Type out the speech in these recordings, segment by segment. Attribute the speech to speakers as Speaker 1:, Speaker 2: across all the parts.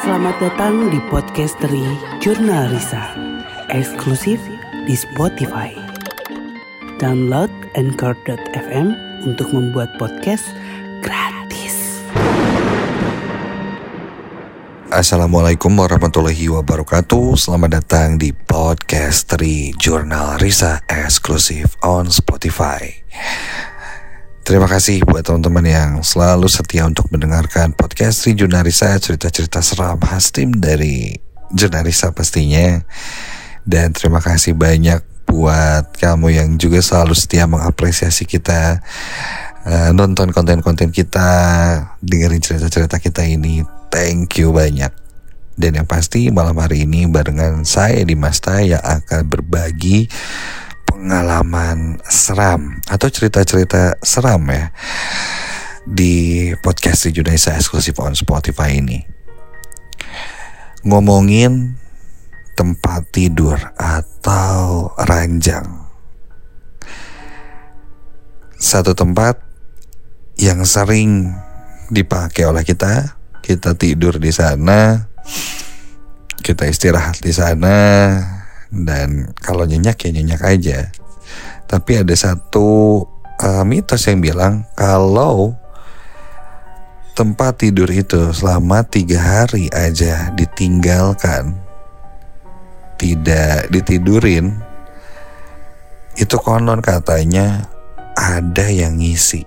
Speaker 1: Selamat datang di Podcasteri Jurnal Risa, eksklusif di Spotify. Download Anchor.fm untuk membuat podcast gratis.
Speaker 2: Assalamualaikum warahmatullahi wabarakatuh. Selamat datang di Podcasteri Jurnal Risa, eksklusif on Spotify. Terima kasih buat teman-teman yang selalu setia untuk mendengarkan podcast Jurnal Risa, cerita-cerita seram khas tim dari Jurnal Risa pastinya. Dan terima kasih banyak buat kamu yang juga selalu setia mengapresiasi kita, nonton konten-konten kita, dengerin cerita-cerita kita ini. Thank you banyak. Dan yang pasti malam hari ini barengan saya Dimasta yang akan berbagi pengalaman seram atau cerita-cerita seram ya di podcast Jurnal Risa eksklusif on Spotify ini. Ngomongin tempat tidur atau ranjang. Satu tempat yang sering dipakai oleh kita tidur di sana, kita istirahat di sana. Dan kalau nyenyak ya nyenyak aja. Tapi ada satu mitos yang bilang kalau tempat tidur itu selama 3 hari aja ditinggalkan, tidak ditidurin, itu konon katanya ada yang ngisi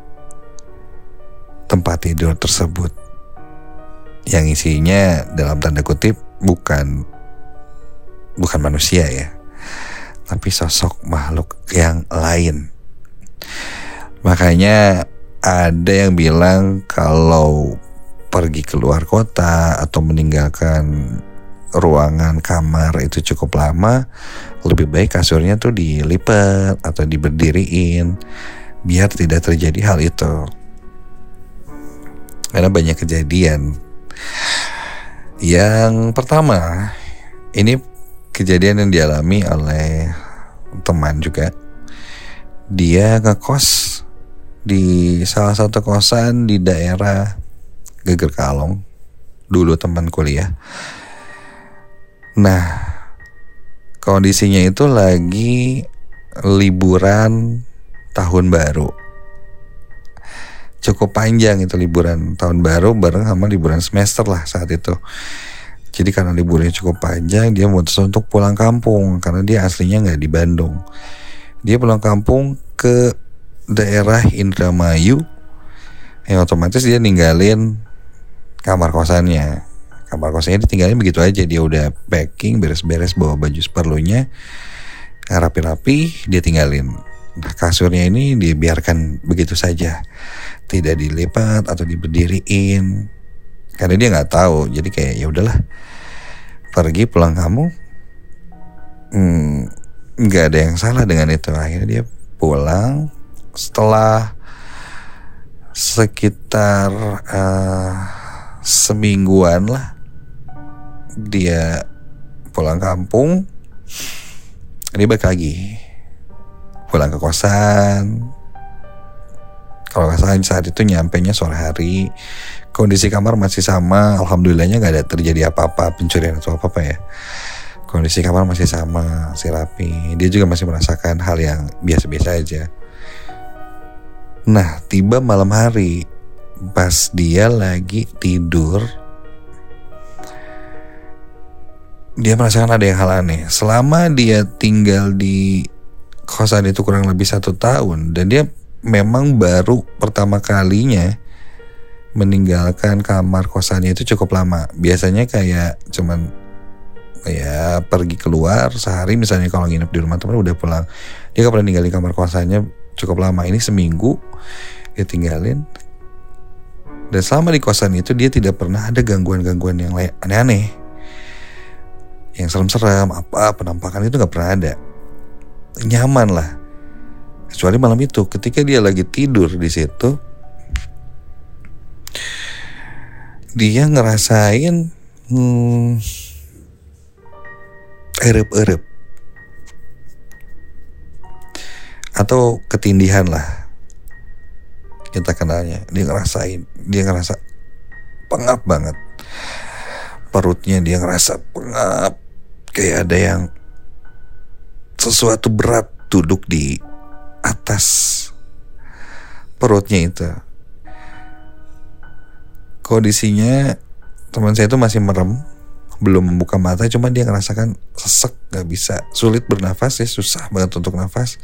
Speaker 2: tempat tidur tersebut. Yang isinya dalam tanda kutip bukan manusia ya, tapi sosok makhluk yang lain. Makanya ada yang bilang kalau pergi keluar kota atau meninggalkan ruangan kamar itu cukup lama, lebih baik kasurnya tuh dilipat atau diberdiriin biar tidak terjadi hal itu. Karena banyak kejadian. Yang pertama, ini kejadian yang dialami oleh teman juga. Dia ngekos di salah satu kosan di daerah Geger Kalong. Dulu teman kuliah. Nah, kondisinya itu lagi liburan tahun baru. Cukup panjang itu liburan tahun baru bareng sama liburan semester lah saat itu. Jadi karena liburnya cukup panjang, dia memutuskan untuk pulang kampung karena dia aslinya nggak di Bandung. Dia pulang kampung ke daerah Indramayu, yang otomatis dia ninggalin kamar kosannya. Kamar kosannya ditinggalin begitu aja, dia udah packing, beres-beres, bawa baju seperlunya, rapi-rapi, dia tinggalin. Nah, kasurnya ini dibiarkan begitu saja, tidak dilipat atau diberdiriin. Karena dia nggak tahu, jadi kayak ya udahlah, pergi pulang kamu, nggak ada yang salah dengan itu. Akhirnya dia pulang setelah sekitar semingguan lah, dia pulang kampung, dia balik lagi pulang ke kosan. Kalau nggak salah saat itu nyampenya sore hari. Kondisi kamar masih sama, alhamdulillahnya gak ada terjadi apa-apa, pencurian atau apa-apa ya. Kondisi kamar masih sama, masih rapi. Dia juga masih merasakan hal yang biasa-biasa aja. Nah, tiba malam hari, pas dia lagi tidur, dia merasakan ada yang hal aneh. Selama dia tinggal di kosan itu kurang lebih 1 tahun, dan dia memang baru pertama kalinya meninggalkan kamar kosannya itu cukup lama. Biasanya kayak cuman ya pergi keluar sehari, misalnya kalau nginep di rumah teman udah pulang. Dia gak pernah ninggalin kamar kosannya cukup lama. Ini seminggu dia tinggalin. Dan selama di kosan itu dia tidak pernah ada gangguan-gangguan yang aneh-aneh, yang serem-serem, penampakan itu gak pernah ada. Nyaman lah. Kecuali malam itu ketika dia lagi tidur di situ, dia ngerasain erep-erep atau ketindihan lah kita kenalnya. Dia ngerasa pengap banget. perutnya dia ngerasa pengap, kayak ada yang sesuatu berat duduk di atas perutnya itu. Kondisinya teman saya itu masih merem, belum membuka mata, cuma dia ngerasakan sesek, gak bisa, sulit bernafas ya, susah banget untuk nafas.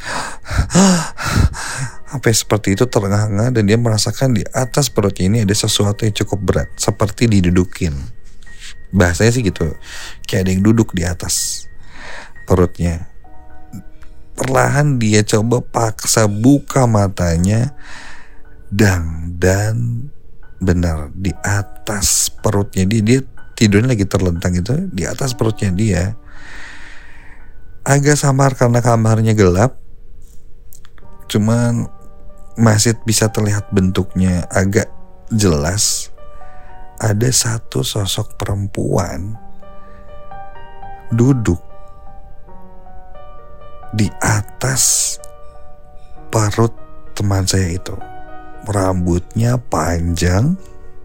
Speaker 2: Sampai seperti itu terengah-engah, dan dia merasakan di atas perutnya ini ada sesuatu yang cukup berat, seperti didudukin. Bahasanya sih gitu, kayak ada yang duduk di atas perutnya. Perlahan dia coba paksa buka matanya, dan benar di atas perutnya dia tidurnya lagi terlentang itu, di atas perutnya dia. Agak samar karena kamarnya gelap, cuman masih bisa terlihat bentuknya agak jelas. Ada satu sosok perempuan duduk di atas perut teman saya itu. Rambutnya panjang,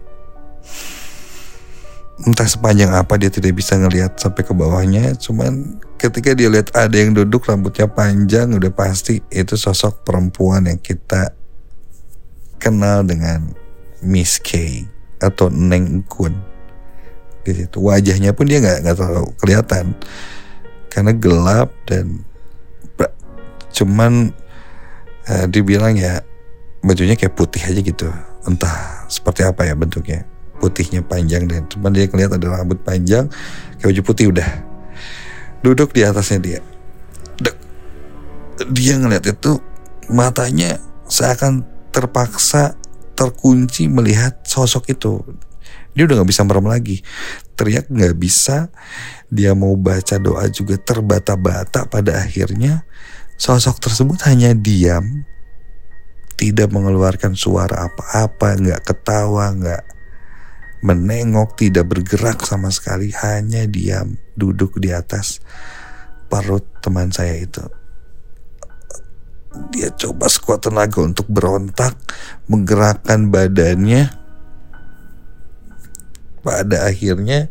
Speaker 2: entah sepanjang apa, dia tidak bisa ngelihat sampai ke bawahnya. Cuman ketika dia lihat ada yang duduk rambutnya panjang, udah pasti itu sosok perempuan yang kita kenal dengan Miss K atau Neng Kun. Di situ wajahnya pun dia nggak terlalu kelihatan karena gelap, dan cuman dibilang ya bajunya kayak putih aja gitu, entah seperti apa ya bentuknya, putihnya panjang, dan cuman dia kelihatan ada rambut panjang kayak baju putih, udah duduk di atasnya dia. Dia ngeliat itu, matanya seakan terpaksa terkunci melihat sosok itu. Dia udah gak bisa merem lagi, teriak gak bisa, dia mau baca doa juga terbata-bata. Pada akhirnya sosok tersebut hanya diam, tidak mengeluarkan suara apa-apa, gak ketawa, gak menengok, tidak bergerak sama sekali, hanya diam duduk di atas perut teman saya itu. Dia coba sekuat tenaga untuk berontak, menggerakkan badannya. Pada akhirnya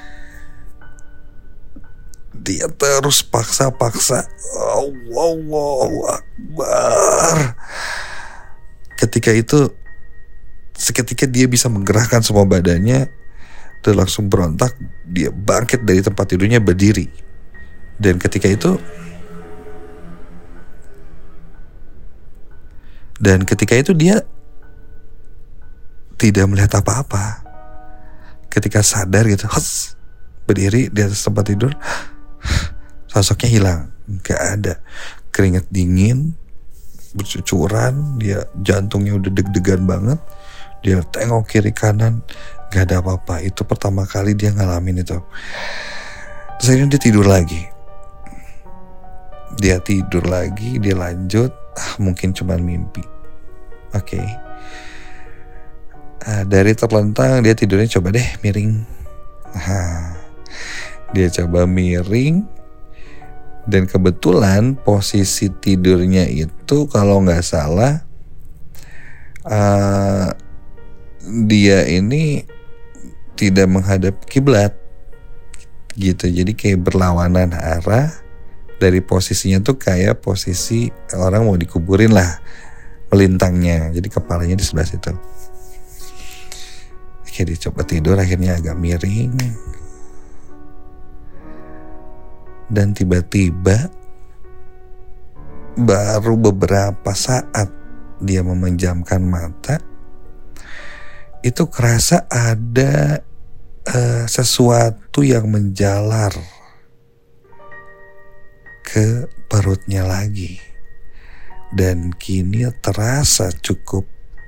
Speaker 2: dia terus paksa-paksa, Allahu Akbar. Seketika dia bisa menggerakkan semua badannya dan langsung berontak. Dia bangkit dari tempat tidurnya, berdiri. Dan ketika itu dia tidak melihat apa-apa. Ketika sadar gitu, berdiri di atas tempat tidur, sosoknya hilang, gak ada. Keringat dingin bercucuran, dia jantungnya udah deg-degan banget. Dia tengok kiri kanan, gak ada apa-apa. Itu pertama kali dia ngalamin itu. Terus akhirnya dia tidur lagi. Dia lanjut, mungkin cuma mimpi. Oke. Dari terlentang dia tidurnya coba deh miring. Dia coba miring, dan kebetulan posisi tidurnya itu kalau nggak salah dia ini tidak menghadap kiblat gitu, jadi kayak berlawanan arah. Dari posisinya tuh kayak posisi orang mau dikuburin lah, melintangnya, jadi kepalanya di sebelah situ. Oke, dia coba tidur, akhirnya agak miring. Dan tiba-tiba baru beberapa saat dia memejamkan mata, itu kerasa ada sesuatu yang menjalar ke perutnya lagi. Dan kini terasa cukup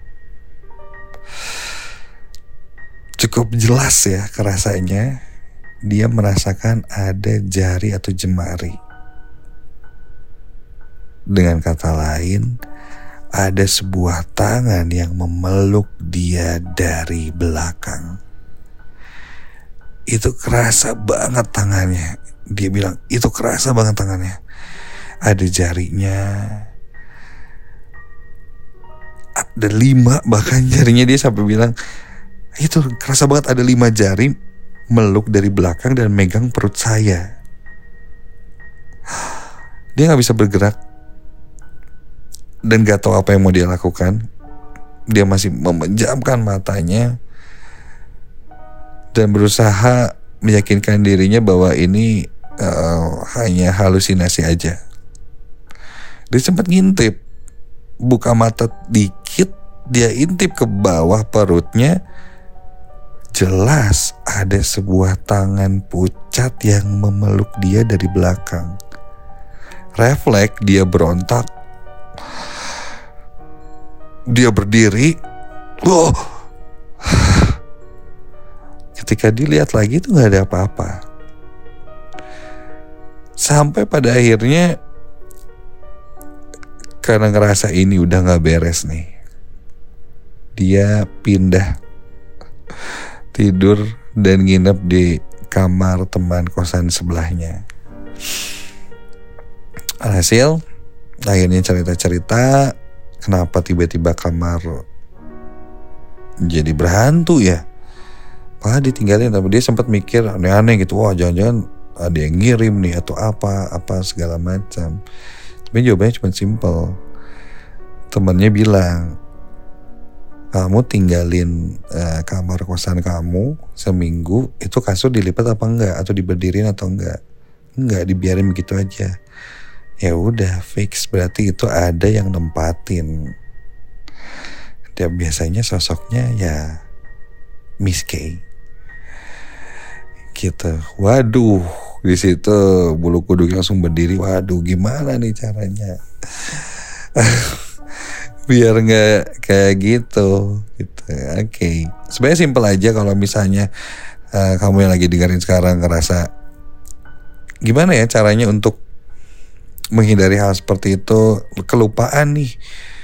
Speaker 2: jelas ya kerasanya. Dia merasakan ada jari atau jemari. Dengan kata lain, ada sebuah tangan yang memeluk dia dari belakang. Itu kerasa banget tangannya. Dia bilang itu kerasa banget tangannya. Ada jarinya. Ada 5 bahkan jarinya, dia sampai bilang itu kerasa banget ada 5 jari meluk dari belakang dan megang perut saya. Dia gak bisa bergerak dan gak tahu apa yang mau dia lakukan. Dia masih memejamkan matanya dan berusaha meyakinkan dirinya bahwa ini hanya halusinasi aja. Dia sempat ngintip, buka mata dikit, dia intip ke bawah perutnya. Jelas ada sebuah tangan pucat yang memeluk dia dari belakang. Refleks dia berontak. Dia berdiri. Ketika dilihat lagi itu gak ada apa-apa. Sampai pada akhirnya, karena ngerasa ini udah gak beres nih, dia pindah tidur dan nginep di kamar teman kosan sebelahnya. Alhasil akhirnya cerita-cerita kenapa tiba-tiba kamar jadi berhantu ya. Padahal ditinggalin, tapi dia sempat mikir aneh-aneh gitu. Wah, jangan-jangan ada yang ngirim nih atau apa segala macam. Tapi jawabannya cuma simple. Temannya bilang, kamu tinggalin kamar kosan kamu seminggu, itu kasur dilipat apa enggak, atau diberdiriin atau enggak? Enggak, dibiarin begitu aja. Ya udah, fix, berarti itu ada yang nempatin. Dia biasanya sosoknya ya Miss K gitu. Waduh, di situ bulu kuduk langsung berdiri. Waduh, gimana nih caranya biar nggak kayak gitu. Oke. Sebenarnya simpel aja kalau misalnya kamu yang lagi dengerin sekarang ngerasa gimana ya caranya untuk menghindari hal seperti itu, kelupaan nih,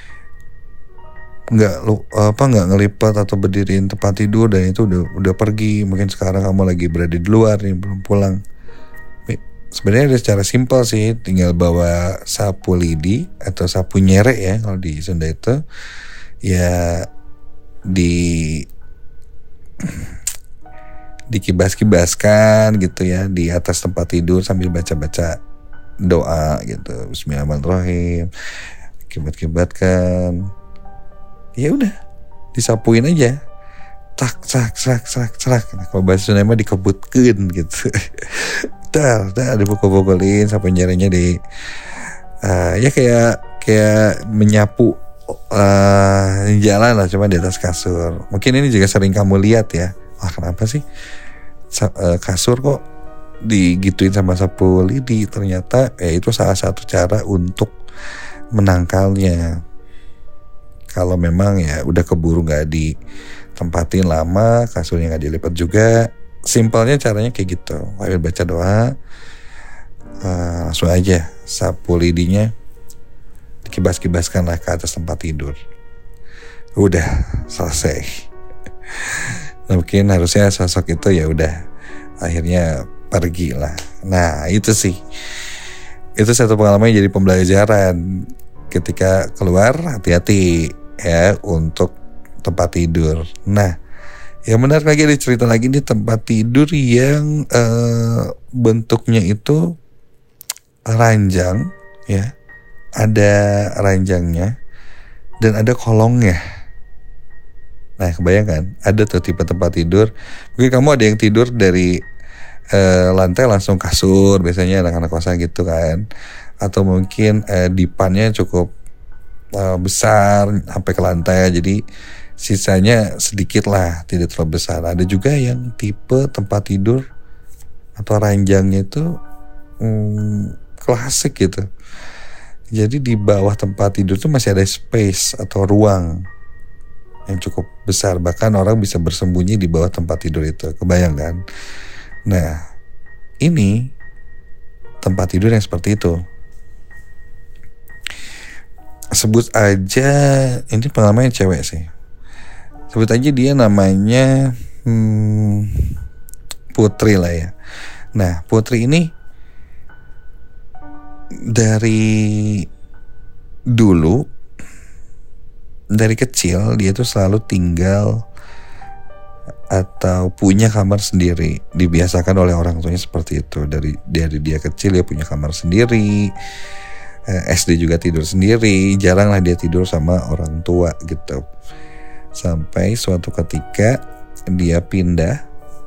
Speaker 2: nggak ngelipat atau berdiriin tempat tidur dan itu udah pergi. Mungkin sekarang kamu lagi berada di luar nih, belum pulang. Sebenarnya ada secara simpel sih, tinggal bawa sapu lidi atau sapu nyerek ya kalau di Sunda itu, ya dikibas-kibaskan gitu ya di atas tempat tidur sambil baca-baca doa gitu, Bismillahirrahmanirrahim, kibat-kibatkan. Ya udah, disapuin aja, tak. Kalau bahasa Sunda mah dikebutkeun gitu. Dah dipukul-pukulin sampai nyerinya di ya kayak menyapu jalan lah, cuma di atas kasur. Mungkin ini juga sering kamu lihat ya. Wah, kenapa sih kasur kok digituin sama sapu lidi? Ternyata ya itu salah satu cara untuk menangkalnya. Kalau memang ya udah keburu gak ditempatin lama, kasurnya gak dilipat juga, simpelnya caranya kayak gitu. Sambil baca doa, langsung aja sapu lidinya dikibas-kibaskan lah ke atas tempat tidur. Udah selesai. Nah, mungkin harusnya sosok itu ya udah akhirnya pergi lah. Nah itu sih, itu satu pengalaman yang jadi pembelajaran. Ketika keluar hati-hati ya untuk tempat tidur. Nah, yang menarik lagi, ada cerita lagi nih, tempat tidur yang bentuknya itu ranjang ya, ada ranjangnya dan ada kolongnya. Nah, kebayangkan ada tuh tipe tempat tidur. Mungkin kamu ada yang tidur dari lantai langsung kasur, biasanya anak-anak kosan gitu kan. Atau mungkin dipannya cukup besar sampai ke lantai, jadi sisanya sedikit lah, tidak terlalu besar. Ada juga yang tipe tempat tidur atau ranjangnya itu klasik gitu. Jadi di bawah tempat tidur tuh masih ada space atau ruang yang cukup besar. Bahkan orang bisa bersembunyi di bawah tempat tidur itu. Kebayang kan? Nah, ini tempat tidur yang seperti itu. Sebut aja, ini pengalaman cewek sih. Sebut aja dia namanya Putri lah ya. Nah, Putri ini dari dulu, dari kecil dia tuh selalu tinggal atau punya kamar sendiri. Dibiasakan oleh orang tuanya seperti itu. Dari dia kecil dia punya kamar sendiri. SD juga tidur sendiri. Jarang lah dia tidur sama orang tua gitu. Sampai suatu ketika dia pindah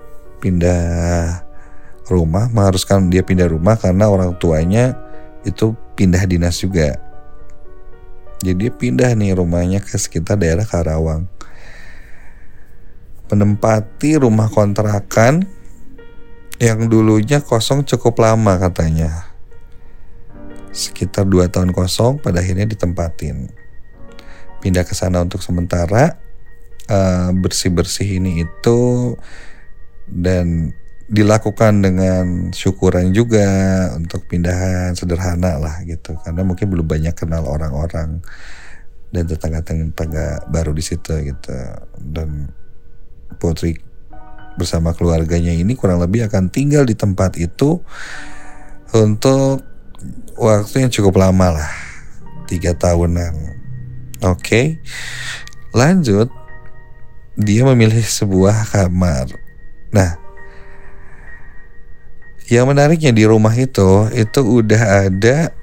Speaker 2: rumah, mengharuskan dia pindah rumah karena orang tuanya itu pindah dinas juga. Jadi dia pindah nih rumahnya ke sekitar daerah Karawang. Menempati rumah kontrakan yang dulunya kosong cukup lama katanya. Sekitar 2 tahun kosong, pada akhirnya ditempatin. Pindah ke sana untuk sementara, bersih-bersih ini itu, dan dilakukan dengan syukuran juga untuk pindahan sederhana lah gitu. Karena mungkin belum banyak kenal orang-orang dan tetangga-tetangga baru di situ gitu. Dan Putri bersama keluarganya ini kurang lebih akan tinggal di tempat itu untuk waktu yang cukup lama lah, 3 tahunan. Oke. Lanjut, dia memilih sebuah kamar. Nah, yang menariknya di rumah itu udah ada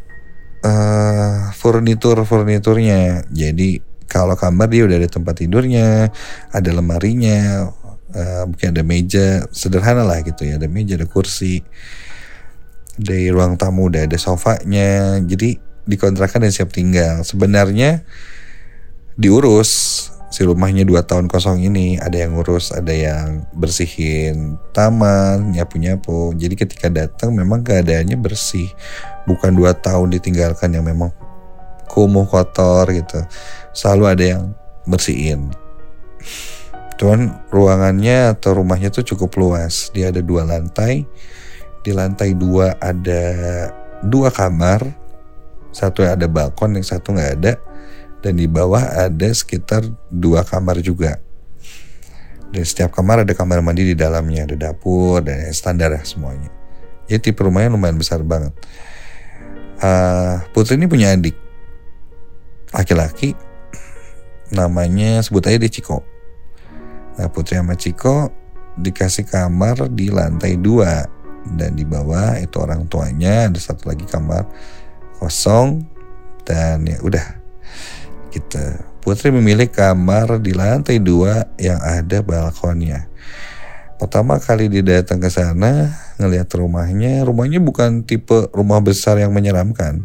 Speaker 2: furniturnya. Jadi kalau kamar dia udah ada tempat tidurnya, ada lemarinya, mungkin ada meja sederhana lah gitu ya, ada meja, ada kursi. Di ruang tamu udah ada sofanya. Jadi dikontrakan dan siap tinggal. Sebenarnya diurus si rumahnya 2 tahun kosong ini, ada yang ngurus, ada yang bersihin taman, nyapu-nyapu. Jadi ketika datang memang keadaannya bersih, bukan 2 tahun ditinggalkan yang memang kumuh kotor gitu. Selalu ada yang bersihin. Cuman ruangannya atau rumahnya tuh cukup luas. Dia ada 2 lantai. Di lantai 2 ada 2 kamar. Satu ada balkon, yang satu gak ada. Dan di bawah ada sekitar 2 kamar juga. Dan setiap kamar ada kamar mandi di dalamnya, ada dapur dan standar lah semuanya. Jadi tipe rumahnya lumayan besar banget. Putri ini punya adik laki-laki, namanya sebut aja dia Ciko. Nah, Putri sama Ciko dikasih kamar di lantai 2 dan di bawah itu orang tuanya, ada satu lagi kamar kosong dan ya udah gitu. Putri memilih kamar di lantai 2 yang ada balkonnya. Pertama kali dia datang ke sana ngelihat rumahnya bukan tipe rumah besar yang menyeramkan.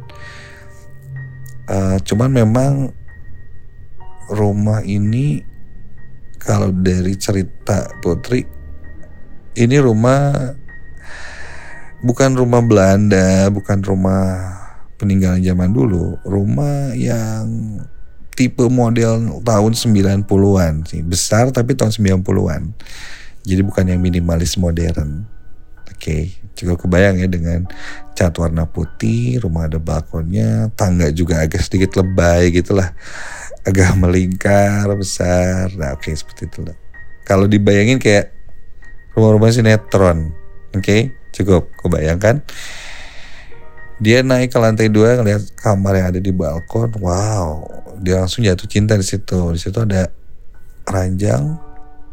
Speaker 2: Cuman memang rumah ini kalau dari cerita Putri, ini rumah bukan rumah Belanda, bukan rumah peninggalan zaman dulu, rumah yang tipe model tahun 90-an sih, besar tapi tahun 90-an. Jadi bukan yang minimalis modern. Oke, cukup kebayang ya dengan cat warna putih, rumah ada balkonnya, tangga juga agak sedikit lebay gitulah, agak melingkar besar. Nah, oke, seperti itu lah. Kalau dibayangin kayak rumah-rumah sinetron, oke, cukup kebayangkan. Dia naik ke lantai 2 ngeliat kamar yang ada di balkon, wow, dia langsung jatuh cinta di situ. Di situ ada ranjang.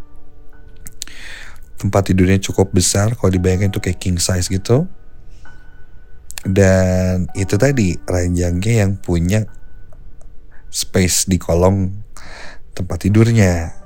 Speaker 2: Tempat tidurnya cukup besar, kalau dibayangin tuh kayak king size gitu. Dan itu tadi ranjangnya yang punya space di kolong tempat tidurnya.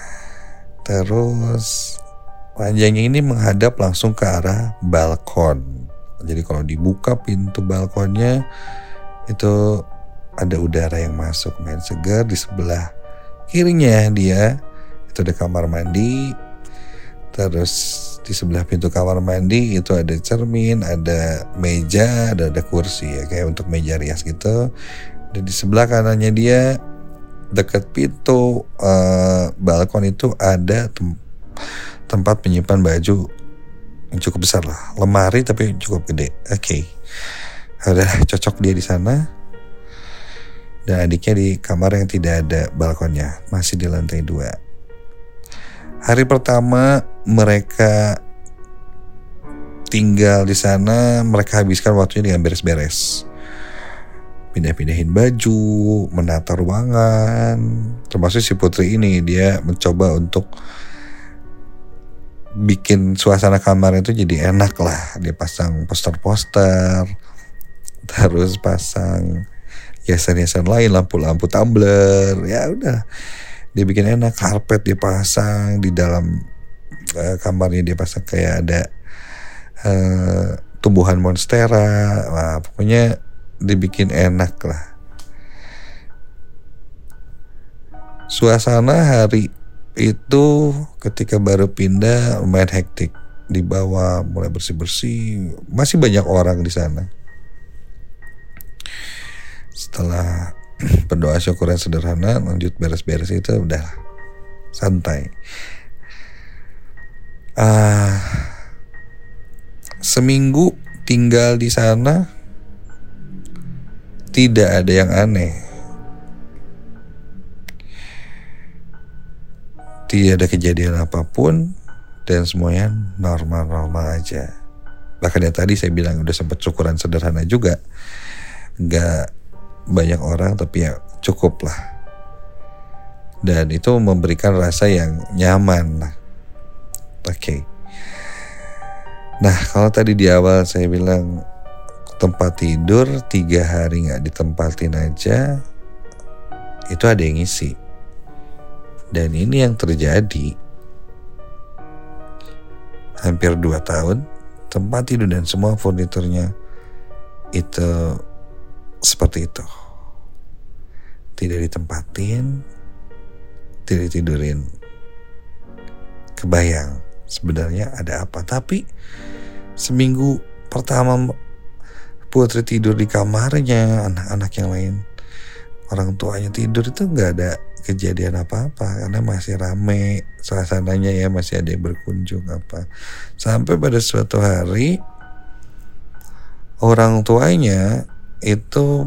Speaker 2: Terus ranjangnya ini menghadap langsung ke arah balkon. Jadi kalau dibuka pintu balkonnya itu ada udara yang masuk, main segar. Di sebelah kirinya dia itu ada kamar mandi. Terus di sebelah pintu kamar mandi itu ada cermin, ada meja, ada kursi ya, kayak untuk meja rias gitu. Dan di sebelah kanannya dia dekat pintu balkon itu ada tempat menyimpan baju yang cukup besar lah, lemari tapi cukup gede. Oke. Udah cocok dia di sana. Dan adiknya di kamar yang tidak ada balkonnya, masih di lantai 2. Hari pertama mereka tinggal di sana, mereka habiskan waktunya dengan beres-beres. Pindah-pindahin baju, menata ruangan. Termasuk si Putri ini, dia mencoba untuk bikin suasana kamar itu jadi enak lah. Dia pasang poster-poster, terus pasang hiasan-hiasan lain, lampu-lampu tumbler, ya udah. Dia bikin enak, karpet dia pasang di dalam kamarnya, dia pasang kayak ada tumbuhan monstera. Wah, pokoknya dibikin enak lah. Suasana hari itu ketika baru pindah lumayan hektik. Di bawah mulai bersih-bersih, masih banyak orang di sana. Setelah berdoa syukuran sederhana, lanjut beres-beres itu udah santai. Seminggu tinggal di sana, tidak ada yang aneh. Tidak ada kejadian apapun dan semuanya normal-normal aja. Bahkan yang tadi saya bilang udah sempat syukuran sederhana juga, nggak banyak orang tapi ya cukup lah. Dan itu memberikan rasa yang nyaman lah. Oke. Nah, kalau tadi di awal saya bilang tempat tidur 3 hari nggak ditempatin aja, itu ada yang ngisi. Dan ini yang terjadi. Hampir 2 tahun, tempat tidur dan semua furniturnya itu seperti itu. Tidak ditempatin, tidak tidurin. Kebayang sebenarnya ada apa. Tapi seminggu pertama Putri tidur di kamarnya, anak-anak yang lain, orang tuanya tidur, itu gak ada kejadian apa-apa. Karena masih rame suasananya ya, masih ada yang berkunjung apa. Sampai pada suatu hari orang tuanya itu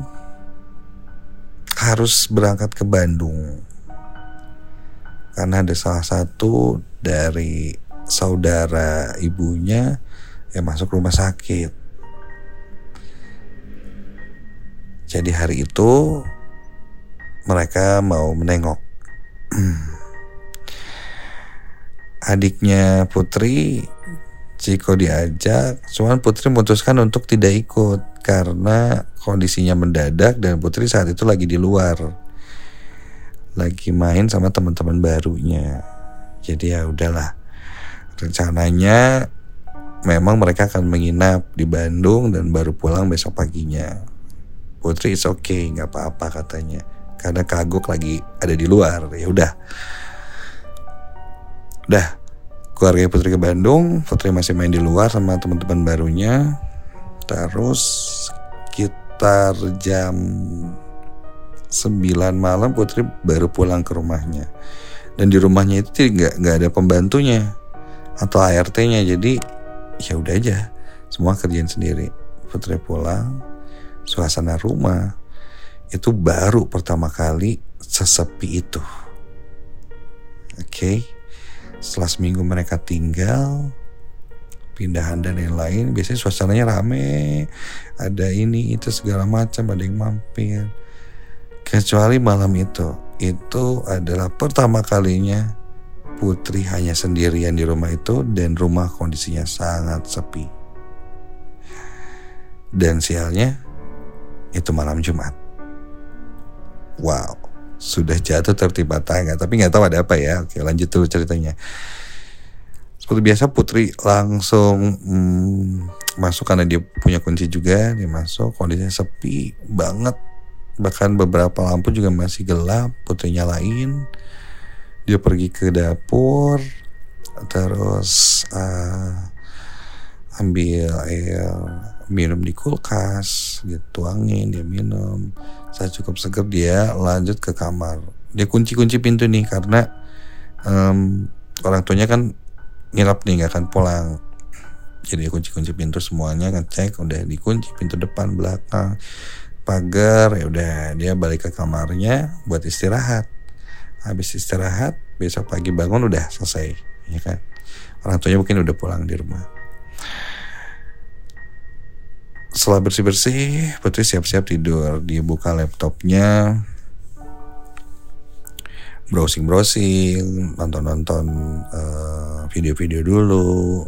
Speaker 2: harus berangkat ke Bandung. Karena ada salah satu dari saudara ibunya yang masuk rumah sakit. Jadi hari itu mereka mau menengok adiknya Putri. Ciko diajak, cuman Putri memutuskan untuk tidak ikut karena kondisinya mendadak dan Putri saat itu lagi di luar, lagi main sama teman-teman barunya. Jadi ya udahlah, rencananya memang mereka akan menginap di Bandung dan baru pulang besok paginya. Putri it's okay, nggak apa-apa katanya, karena kagok lagi ada di luar. Ya udah, keluarga Putri ke Bandung, Putri masih main di luar sama teman-teman barunya. Terus sekitar jam 9 malam Putri baru pulang ke rumahnya. Dan di rumahnya itu nggak ada pembantunya atau ART-nya, jadi ya udah aja, semua kerjain sendiri. Putri pulang, suasana rumah itu baru pertama kali sesepi itu. Oke. Setelah seminggu mereka tinggal, pindahan dan lain-lain, biasanya suasananya rame, ada ini itu segala macam, ada yang mampir. Kecuali malam itu adalah pertama kalinya Putri hanya sendirian di rumah itu dan rumah kondisinya sangat sepi. Dan sialnya itu malam Jumat. Wow. Sudah jatuh tertimpa tangga, tapi nggak tahu ada apa ya. Oke, lanjut dulu ceritanya. Seperti biasa Putri langsung masuk karena dia punya kunci juga. Dia masuk, kondisinya sepi banget, bahkan beberapa lampu juga masih gelap. Putri nyalain, dia pergi ke dapur, terus ambil air minum di kulkas, dia tuangin, dia minum. Saat cukup seger dia lanjut ke kamar. Dia kunci pintu nih karena orang tuanya kan nginap nih, gak akan pulang. Jadi dia kunci pintu semuanya, ngecek udah dikunci pintu depan, belakang, pagar. Ya udah, dia balik ke kamarnya buat istirahat. Habis istirahat, besok pagi bangun udah selesai, ya kan. Orang tuanya mungkin udah pulang di rumah. Setelah bersih-bersih, Putri siap-siap tidur. Dia buka laptopnya, browsing, nonton video-video dulu.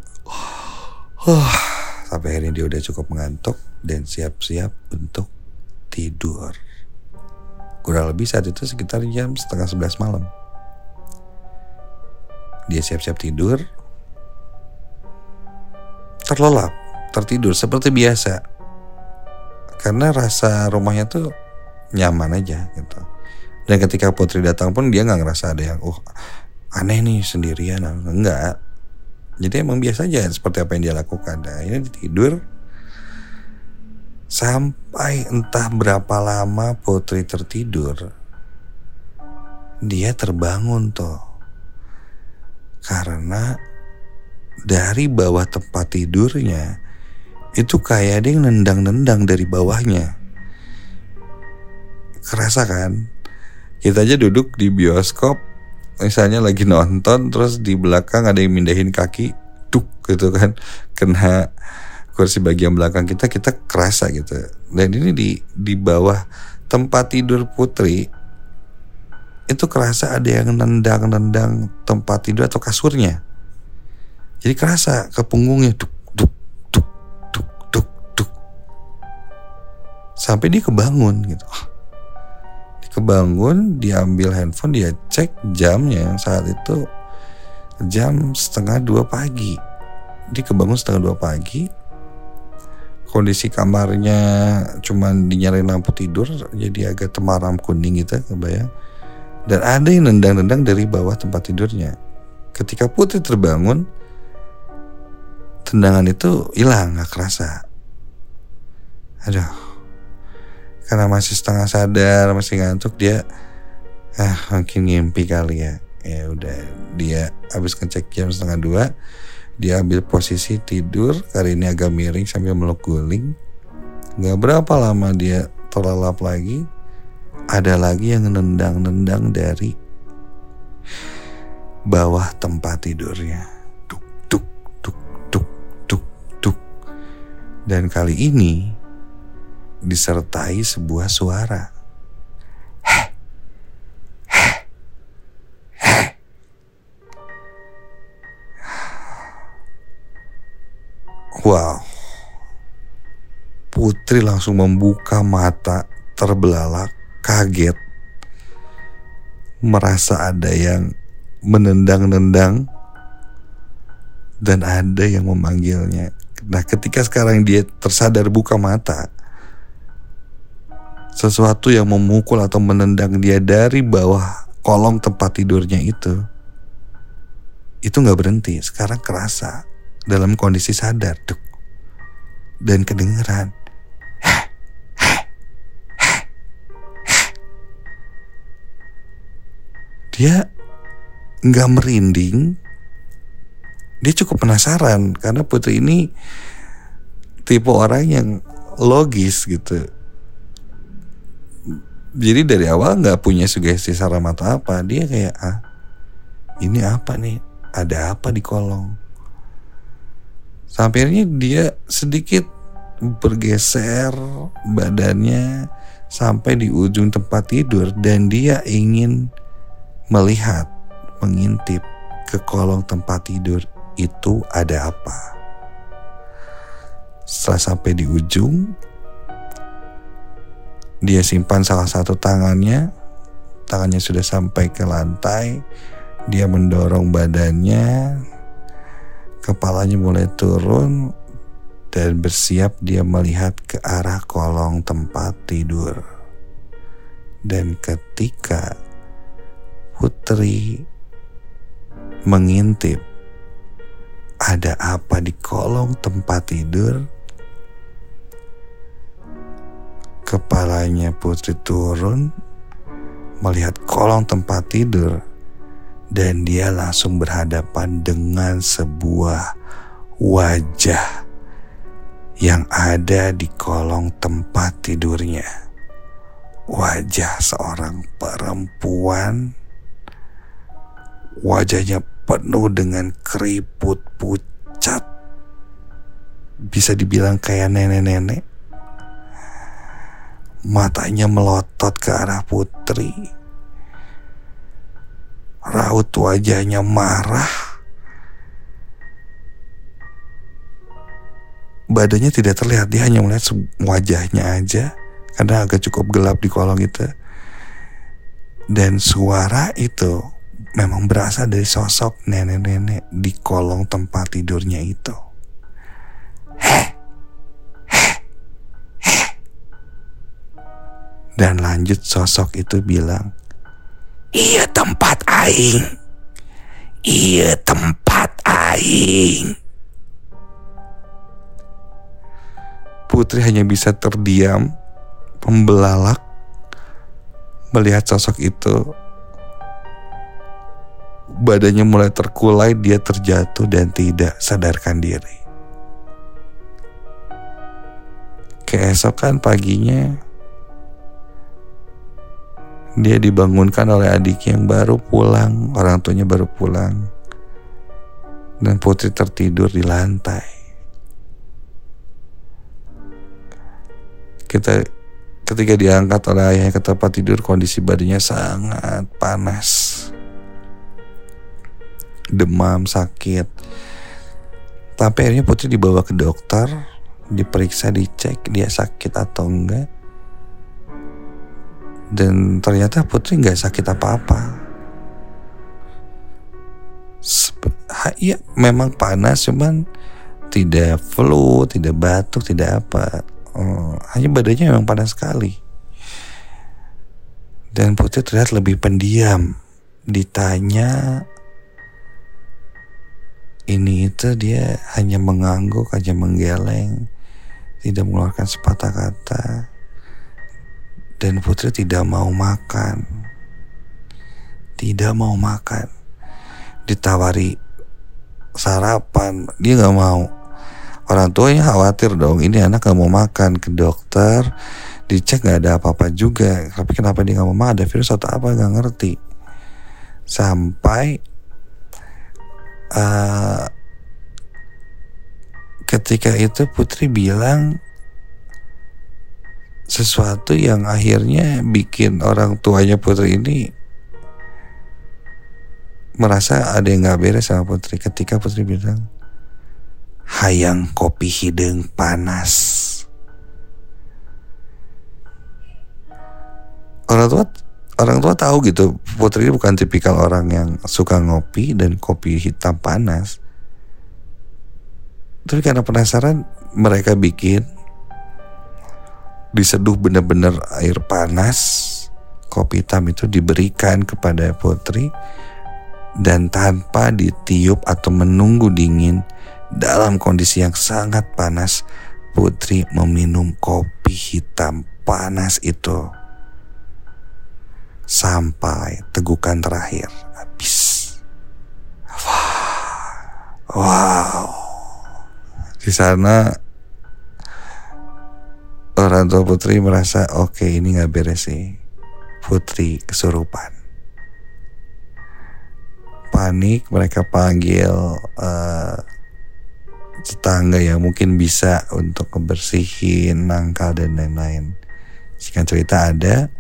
Speaker 2: Sampai akhirnya dia udah cukup mengantuk dan siap-siap untuk tidur. Kurang lebih saat itu sekitar jam 10:30 malam. Dia siap-siap tidur, terlelap, tertidur seperti biasa. Karena rasa rumahnya tuh nyaman aja gitu. Dan ketika Putri datang pun dia gak ngerasa ada yang aneh nih sendirian. Enggak. Jadi emang biasa aja seperti apa yang dia lakukan. Nah ini tidur. Sampai entah berapa lama Putri tertidur, dia terbangun tuh. Karena dari bawah tempat tidurnya itu kayak ada yang nendang-nendang dari bawahnya. Kerasa kan? Kita aja duduk di bioskop, misalnya lagi nonton, terus di belakang ada yang mindahin kaki, gitu kan, kena kursi bagian belakang kita kerasa gitu. Dan ini di bawah tempat tidur Putri itu kerasa ada yang nendang tempat tidur atau kasurnya. Jadi kerasa ke punggungnya duk. Sampai dia kebangun gitu. Dia kebangun, dia ambil handphone, dia cek jamnya. Saat itu jam 1:30 pagi. Dia kebangun 1:30 pagi. Kondisi kamarnya cuman dinyalain lampu tidur, jadi agak temaram kuning gitu, kebayang. Dan ada yang nendang-nendang dari bawah tempat tidurnya. Ketika Putri terbangun, tendangan itu hilang, gak kerasa. Aduh, karena masih setengah sadar, masih ngantuk, dia mungkin ngimpi kali ya. Ya udah, dia habis ngecek jam 1:30, dia ambil posisi tidur, kali ini agak miring sambil meluk guling. Gak berapa lama dia terlelap lagi, ada lagi yang nendang-nendang dari bawah tempat tidurnya. Tuk. Dan kali ini disertai sebuah suara. Wow. Putri langsung membuka mata, terbelalak, kaget. Merasa ada yang menendang-nendang dan ada yang memanggilnya. Nah, ketika sekarang dia tersadar buka mata, sesuatu yang memukul atau menendang dia dari bawah kolong tempat tidurnya itu gak berhenti. Sekarang kerasa dalam kondisi sadar, dan kedengeran. Dia gak merinding. Dia cukup penasaran karena Putri ini tipe orang yang logis gitu. Jadi dari awal gak punya sugesti saram atau apa. Dia kayak ini apa nih? Ada apa di kolong? Sampai akhirnya dia sedikit bergeser badannya sampai di ujung tempat tidur, dan dia ingin melihat, mengintip ke kolong tempat tidur itu ada apa. Setelah sampai di ujung, dia simpan salah satu tangannya sudah sampai ke lantai. Dia mendorong badannya, kepalanya mulai turun, dan bersiap dia melihat ke arah kolong tempat tidur. Dan ketika Putri mengintip ada apa di kolong tempat tidur, kepalanya Putri turun melihat kolong tempat tidur, dan dia langsung berhadapan dengan sebuah wajah yang ada di kolong tempat tidurnya. Wajah seorang perempuan. Wajahnya penuh dengan keriput pucat, bisa dibilang kayak nenek-nenek. Matanya melotot ke arah Putri. raut wajahnya marah. Badannya tidak terlihat, dia hanya melihat wajahnya aja karena agak cukup gelap di kolong itu. Dan suara itu memang berasal dari sosok nenek-nenek di kolong tempat tidurnya itu. Dan lanjut sosok itu bilang, "Iya tempat aing. Iya tempat aing." Putri hanya bisa terdiam, membelalak, melihat sosok itu. Badannya mulai terkulai, dia terjatuh dan tidak sadarkan diri. Keesokan paginya, dia dibangunkan oleh adiknya yang baru pulang, orang tuanya baru pulang. Dan Putri tertidur di lantai. Ketika diangkat oleh ayahnya ke tempat tidur, kondisi badannya sangat panas. Demam, sakit. Tapi akhirnya Putri dibawa ke dokter, diperiksa, dicek dia sakit atau enggak. Dan ternyata Putri gak sakit apa-apa. Ya memang panas, cuman tidak flu, tidak batuk, tidak apa. Hanya badannya memang panas sekali. Dan Putri terlihat lebih pendiam. Ditanya ini itu, dia hanya mengangguk, hanya menggeleng, tidak mengeluarkan sepatah kata. Dan Putri tidak mau makan. Tidak mau makan. Ditawari sarapan, dia gak mau. Orang tuanya khawatir dong, ini anak gak mau makan. Ke dokter, dicek gak ada apa-apa juga. Tapi kenapa dia gak mau makan? Ada virus atau apa, gak ngerti. Sampai ketika itu Putri bilang sesuatu yang akhirnya bikin orang tuanya Putri ini merasa ada yang gak beres sama Putri. Ketika Putri bilang, "Hayang kopi hideung panas." Orang tua tahu gitu, Putri bukan tipikal orang yang suka ngopi dan kopi hitam panas. Tapi karena penasaran, mereka bikin, diseduh benar-benar air panas, kopi hitam itu diberikan kepada Putri, dan tanpa ditiup atau menunggu dingin, dalam kondisi yang sangat panas, Putri meminum kopi hitam panas itu sampai tegukan terakhir habis. Wow. Di sana orang tua Putri merasa oke, ini gak beres sih. Putri kesurupan. Panik, mereka panggil tetangga yang mungkin bisa untuk ngebersihin, nangkal dan lain-lain. Singkat cerita ada,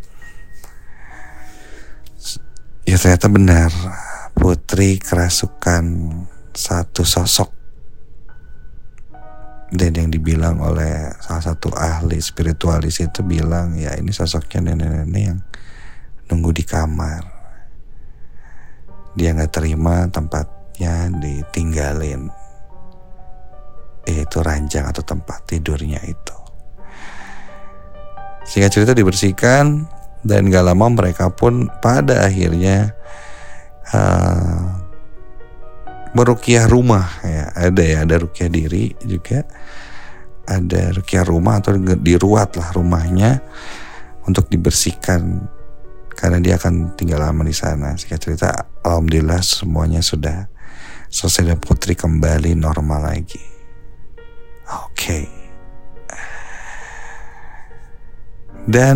Speaker 2: ya ternyata benar, Putri kerasukan satu sosok. Dan yang dibilang oleh salah satu ahli spiritualis itu bilang, ya ini sosoknya nenek-nenek yang nunggu di kamar. Dia gak terima tempatnya ditinggalin, yaitu ranjang atau tempat tidurnya itu. Singkat cerita dibersihkan, dan gak lama mereka pun pada akhirnya meruqyah rumah ya. Ada ruqyah diri juga, ada ruqyah rumah atau diruat lah rumahnya untuk dibersihkan karena dia akan tinggal lama di sana. Singkat cerita, alhamdulillah semuanya sudah selesai dan Putri kembali normal lagi. Oke. Dan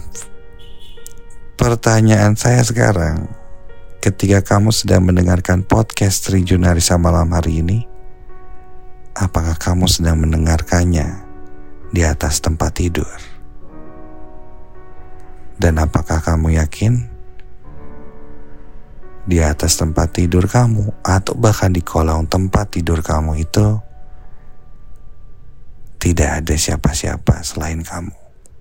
Speaker 2: pertanyaan saya sekarang, ketika kamu sedang mendengarkan podcast Tri Jurnalisa malam hari ini, apakah kamu sedang mendengarkannya di atas tempat tidur? Dan apakah kamu yakin di atas tempat tidur kamu, atau bahkan di kolong tempat tidur kamu itu tidak ada siapa-siapa selain kamu.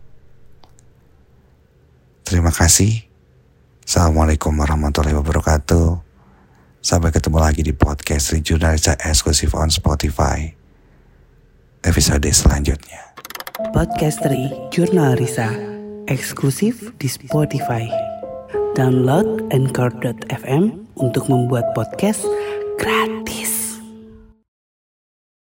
Speaker 2: Terima kasih. Assalamualaikum warahmatullahi wabarakatuh. Sampai ketemu lagi di podcast Jurnal Risa eksklusif on Spotify episode selanjutnya.
Speaker 1: Podcast Jurnal Risa eksklusif di Spotify. Download Anchor.fm untuk membuat podcast gratis.